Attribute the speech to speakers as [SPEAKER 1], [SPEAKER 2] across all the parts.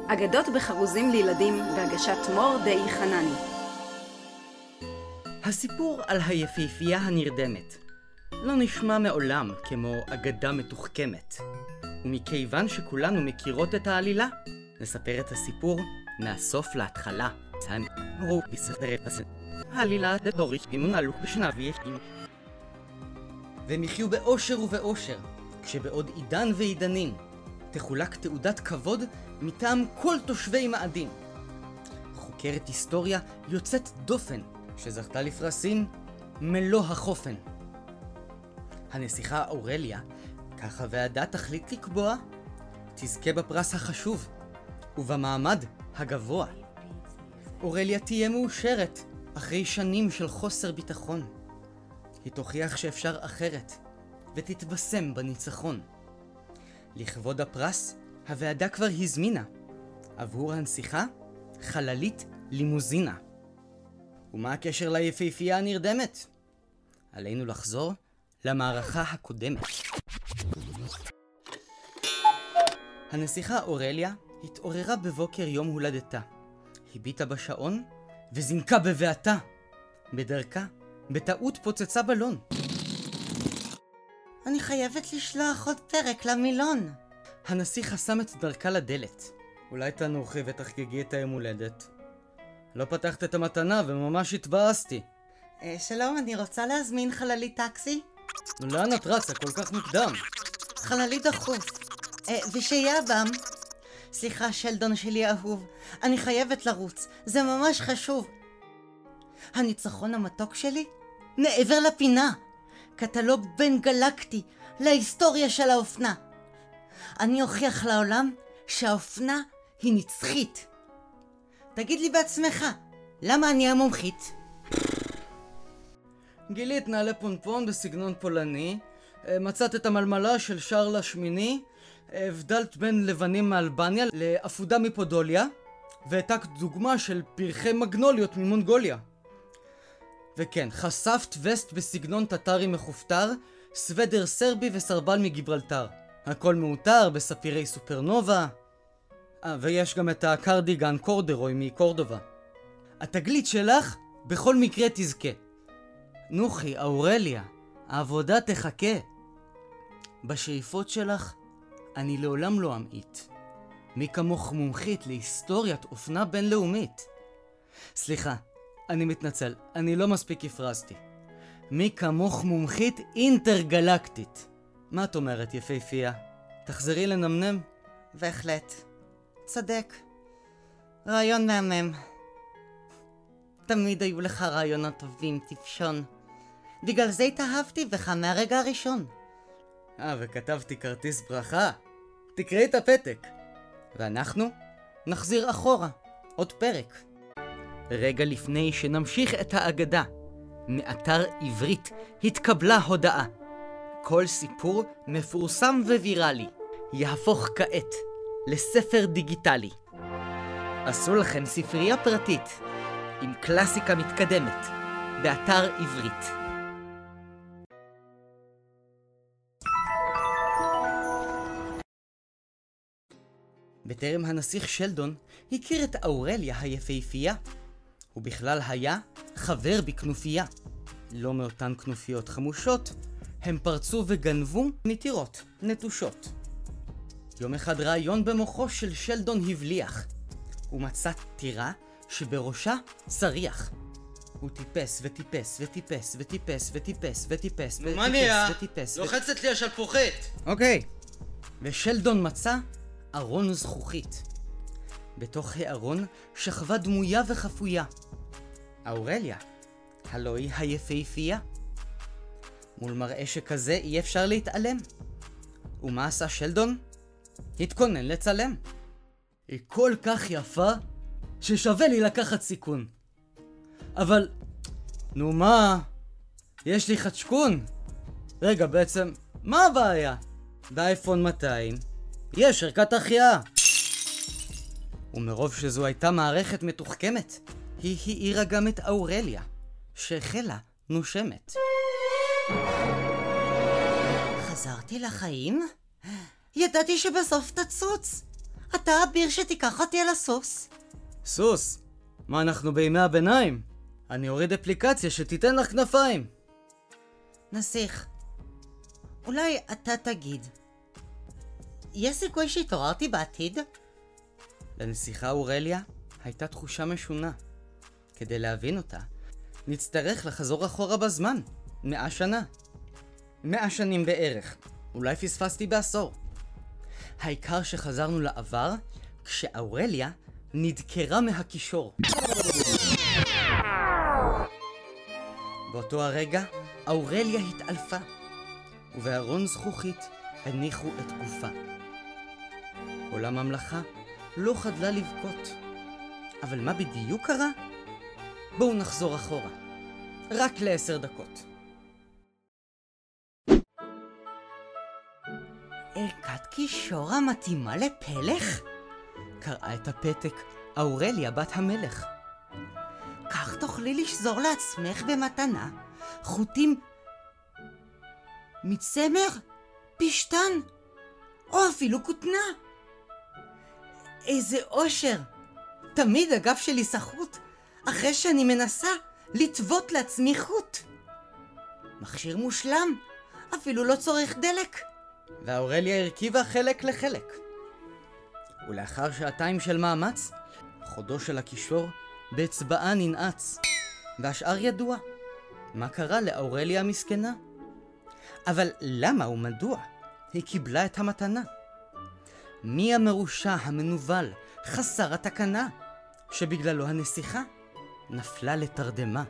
[SPEAKER 1] אגדות בחרוזים לילדים בהגשת מור די חנני.
[SPEAKER 2] הסיפור על היפהפייה הנרדמת לא נשמע מעולם כמו אגדה מתוחכמת, ומכיוון שכולנו מכירות את העלילה, נספר את הסיפור מהסוף להתחלה. העלילה דוריש אימון אלוך בשנה ויחים, והם יחיו באושר ובאושר, כשבעוד עידן ועידנים תחולק תעודת כבוד מטעם כל תושבי מאדים. חוקרת היסטוריה יוצאת דופן שזכתה לפרסים מלוא החופן. הנסיכה אורליה, כך הוועדה תחליט לקבוע, תזכה בפרס החשוב ובמעמד הגבוה. אורליה תהיה מאושרת אחרי שנים של חוסר ביטחון. היא תוכיח שאפשר אחרת ותתבשם בניצחון. לכבוד הפרס, הוועדה כבר הזמינה עבור הנסיכה חללית לימוזינה. ומה הקשר ליפהפייה הנרדמת? עלינו לחזור למערכה הקודמת. הנסיכה אורליה התעוררה בבוקר יום הולדתה. הביטה בשעון וזינקה בבעתה. בדרכה, בטעות פוצצה בלון.
[SPEAKER 3] אני חייבת לשלוח עוד פרק למילון.
[SPEAKER 2] הנסיך חסם את דרכה לדלת. אולי תנוחי ותחגגי את היום הולדת. לא פתחת את המתנה וממש התבאסתי.
[SPEAKER 3] שלום, אני רוצה להזמין חללית טקסי.
[SPEAKER 2] לאן את רצה כל כך מוקדם?
[SPEAKER 3] חללית דחוף. ושיהיה בם. סליחה, שלדון שלי אהוב, אני חייבת לרוץ, זה ממש חשוב. הניצחון המתוק שלי? מעבר לפינה. קטלוג בין גלקטי להיסטוריה של האופנה. אני אוכיח לעולם שהאופנה היא נצחית. תגיד לי בעצמך, למה אני המומחית?
[SPEAKER 2] גילית נעלי פונפון בסגנון פולני, מצאת את המלמלה של שרלה שמיני, הבדלת בין לבנים מאלבניה לאפודה מפודוליה, והעתקת דוגמה של פרחי מגנוליות ממונגוליה. וכן, חשפת וסט בסגנון טטרי מחופתר, סוודר סרבי וסרבל מגיברלטר. הכל מאותר בספירי סופרנובה. ויש גם את הקרדיגן קורדרוי מקורדובה. התגלית שלך בכל מקרה תזכה. נוחי, אורליה, העבודה תחכה. בשאיפות שלך אני לעולם לא אמעיט. מי כמוך מומחית להיסטוריית אופנה בינלאומית. סליחה, אני מתנצל, אני לא מספיק הפרסתי. מי כמוך מומחית אינטרגלקטית. מה את אומרת, יפהפייה? תחזרי לנמנם?
[SPEAKER 3] בהחלט. צדק. רעיון מהמם. תמיד היו לך רעיונות טובים, טיפשון. בגלל זה התאהבתי בך מהרגע הראשון.
[SPEAKER 2] וכתבתי כרטיס ברכה. תקראי את הפתק. ואנחנו נחזיר אחורה. עוד פרק. רגע לפני שנמשיך את האגדה, מאתר עברית התקבלה הודעה. כל סיפור מפורסם וויראלי יהפוך כעת לספר דיגיטלי. עשו לכם ספרייה פרטית עם קלאסיקה מתקדמת באתר עברית. בטרם הנסיך שלדון הכיר את אורליה היפהפייה. הוא בכלל היה חבר בכנופיה. לא מאותן כנופיות חמושות, הם פרצו וגנבו מטירות נטושות. יום אחד רעיון במוחו של שלדון הבליח. הוא מצא טירה שבראשה צריח. הוא טיפס וטיפס וטיפס וטיפס וטיפס וטיפס
[SPEAKER 4] וטיפס. לוחצת לי השלפוחית.
[SPEAKER 2] אוקיי. ושלדון מצא ארון זכוכית. בתוך הארון שכבה דמויה וחפויה. אורליה, הלא היא היפהפייה. מול מראה שכזה אי אפשר להתעלם. ומה עשה שלדון? התכונן לצלם. היא כל כך יפה ששווה לי לקחת סיכון. אבל, נו מה? יש לי חדשקון. רגע, בעצם, מה הבעיה? באייפון 200 יש ערכת החייאה. ומרוב שזו הייתה מערכת מתוחכמת, היא העירה גם את אורליה, שהחלה נושמת.
[SPEAKER 3] חזרתי לחיים? ידעתי שבסוף תצוץ. אתה אביר שתיקח אותי על הסוס?
[SPEAKER 2] סוס? מה, אנחנו בימי הביניים? אני אוריד אפליקציה שתיתן לך כנפיים.
[SPEAKER 3] נסיך, אולי אתה תגיד, יש סיכוי שהתעוררתי בעתיד?
[SPEAKER 2] לנסיכה אורליה הייתה תחושה משונה. כדי להבין אותה, נצטרך לחזור אחורה בזמן. 100 שנה. 100 שנים בערך. אולי פספסתי בעשור. העיקר שחזרנו לעבר כשאורליה נדקרה מהקישור. באותו הרגע אורליה התעלפה, ובארון זכוכית הניחו את גופה. כל הממלכה לא חדלה לבכות. אבל מה בדיוק קרה? בואו נחזור אחורה. רק ל10 דקות.
[SPEAKER 3] ערכת קישור המתאימה לפלך?
[SPEAKER 2] קראה את הפתק אורליה בת המלך.
[SPEAKER 3] כך תוכלי לשזור לעצמך במתנה חוטים מצמר, פשטן, או אפילו כותנה. איזה אושר! תמיד הגב שלי סחוט אחרי שאני מנסה לטוות לעצמי חוט. מכשיר מושלם, אפילו לא צורך דלק.
[SPEAKER 2] ואורליה הרכיבה חלק לחלק. ולאחר 2 של מאמץ, חודו של הקישור באצבעה ננעץ, והשאר ידוע. מה קרה לאורליה המסכנה? אבל למה ומדוע היא קיבלה את המתנה? מי המרושע המנוול חסר התקנה שבגללו הנסיכה נפלה לתרדמה?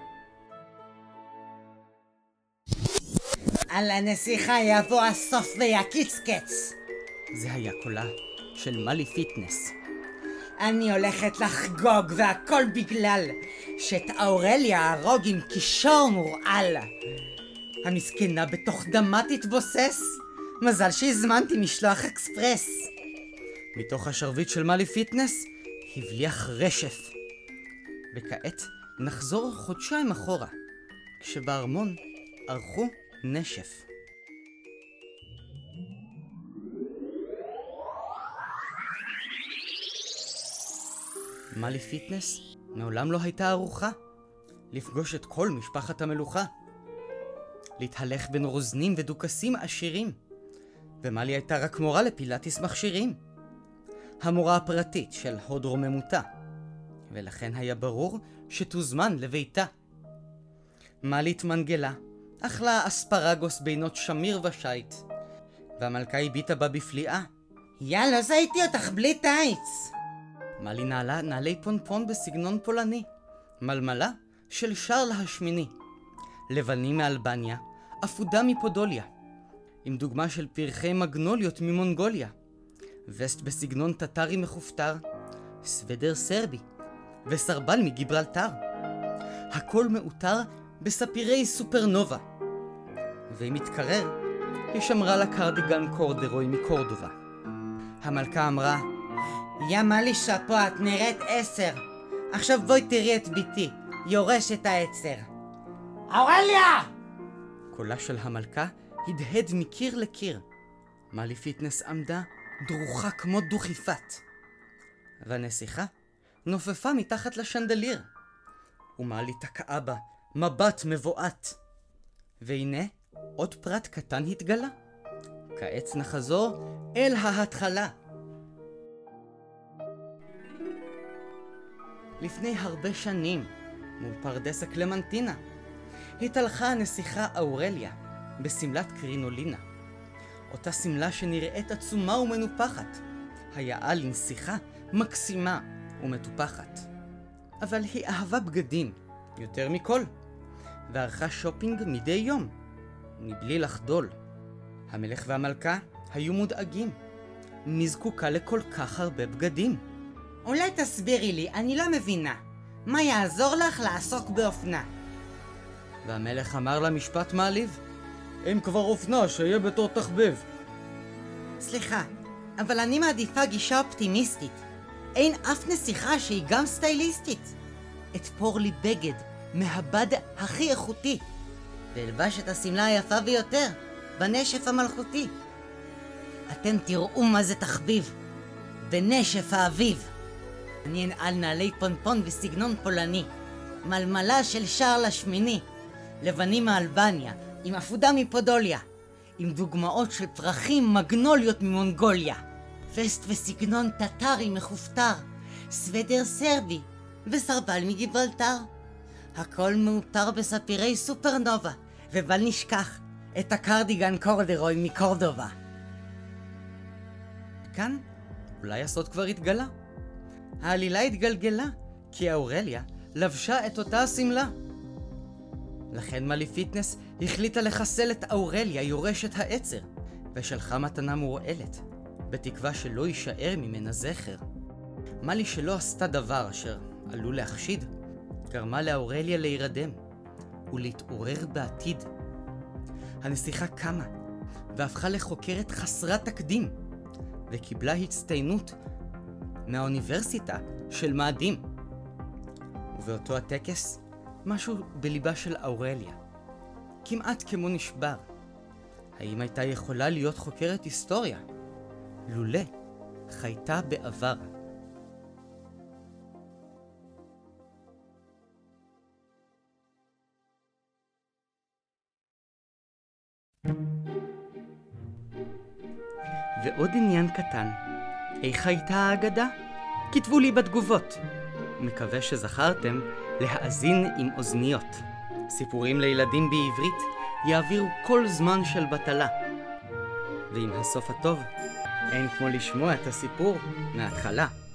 [SPEAKER 3] על הנסיכה יבוא הסוף ויקיץ קץ.
[SPEAKER 2] זה היה קולה של מאלי פיטנס.
[SPEAKER 3] אני הולכת לחגוג, והכל בגלל שאת אורליה הרוג עם קישור מורעל. המסכנה בתוך דמה תתבוסס. מזל שהזמנתי משלוח אקספרס.
[SPEAKER 2] מתוך השרביט של מאלי פיטנס הבליח רשף. וכעת נחזור 2 חודשים אחורה, כשבארמון ערכו נשף. מאלי פיטנס מעולם לא הייתה ערוכה לפגוש את כל משפחת המלוכה, להתהלך בין רוזנים ודוכסים עשירים, ומאלי הייתה רק מורה לפילאטיס מכשירים, המורה הפרטית של הוד רוממותה, ולכן היה ברור שתוזמן לביתה. מאלי התמנגלה, אכלה אספרגוס בינות שמיר ושייט, והמלכה הביטה בה בפליאה.
[SPEAKER 3] יאללה, זיתי אותך בלי טייץ.
[SPEAKER 2] מאלי נעלה נעלי פונפון בסגנון פולני, מלמלה של שרל השמיני, לבנים מאלבניה, אפודה מפודוליה, עם דוגמה של פרחי מגנוליות ממונגוליה, וסט בסגנון טטרי מחופתר, סוודר סרבי, וסרבל מגיברלטר. הכל מאותר בספירי סופרנובה. ואם מתקרר, היא שמרה לה קרדיגן קורדרוי מקורדובה. המלכה אמרה,
[SPEAKER 3] יא מאלי שפו, את נראית 10. עכשיו בואי תראי את ביתי, יורש את העצר. אורליה!
[SPEAKER 2] קולה של המלכה הדהד מקיר לקיר. מאלי פיטנס עמדה דרוכה כמו דוכיפת. והנסיכה נופפה מתחת לשנדליר. ומאלי תקעה בה מבט מבועת. והנה עוד פרט קטן התגלה. כעת נחזור אל ההתחלה. לפני הרבה שנים, מול פרדס הקלמנטינה, התהלכה הנסיכה אורליה בסמלת קרינולינה. אותה סמלה שנראית עצומה ומנופחת, היה לנסיכה מקסימה ומטופחת. אבל היא אהבה בגדים יותר מכל, וערכה שופינג מדי יום, מבלי לחדול. המלך והמלכה היו מודאגים. מי זקוקה לכל כך הרבה בגדים?
[SPEAKER 3] אולי תסבירי לי, אני לא מבינה. מה יעזור לך לעסוק באופנה?
[SPEAKER 2] והמלך אמר לה משפט מעליב. אם כבר אופנה, שיהיה בתור תחביב.
[SPEAKER 3] סליחה, אבל אני מעדיפה גישה אופטימיסטית. אין אף נסיכה שהיא גם סטייליסטית. אתפור לי בגד מהבד הכי איכותי, ואלבש את הסמלה היפה ביותר בנשף המלכותי. אתם תראו מה זה תחביב. בנשף האביב. אני אנעל נעלי פונפון בסגנון פולני, מלמלה של שרל השמיני, לבנים מאלבניה, עם אפודה מפודוליה, עם דוגמאות של פרחים מגנוליות ממונגוליה, וסט וסגנון טטרי מחופתר, סוודר סרבי וסרבל מגיברלטר. הכל מאותר בספירי סופרנובה, ובל נשכח את הקרדיגן קורדרוי מקורדובה.
[SPEAKER 2] כאן אולי הסוד כבר התגלה. העלילה התגלגלה כי אורליה לבשה את אותה הסמלה. לכן מלי פיטנס החליטה לחסל את אורליה יורשת העצר, ושלחה מתנה מורעלת, בתקווה שלא יישאר ממנה זכר. מלי שלא עשתה דבר אשר עלול להחשיד, גרמה לאורליה להירדם ולהתעורר בעתיד. הנסיכה קמה והפכה לחוקרת חסרת תקדים, וקיבלה הצטיינות מהאוניברסיטה של מאדים. ובאותו הטקס, משהו בליבה של אורליה, כמעט כמו נשבר. האם הייתה יכולה להיות חוקרת היסטוריה? לולא חייתה בעבר. ועוד עניין קטן, איך הייתה האגדה? כתבו לי בתגובות. מקווה שזכרתם להאזין עם אוזניות. סיפורים לילדים בעברית יעבירו כל זמן של בטלה. ועם הסוף הטוב, אין כמו לשמוע את הסיפור מההתחלה.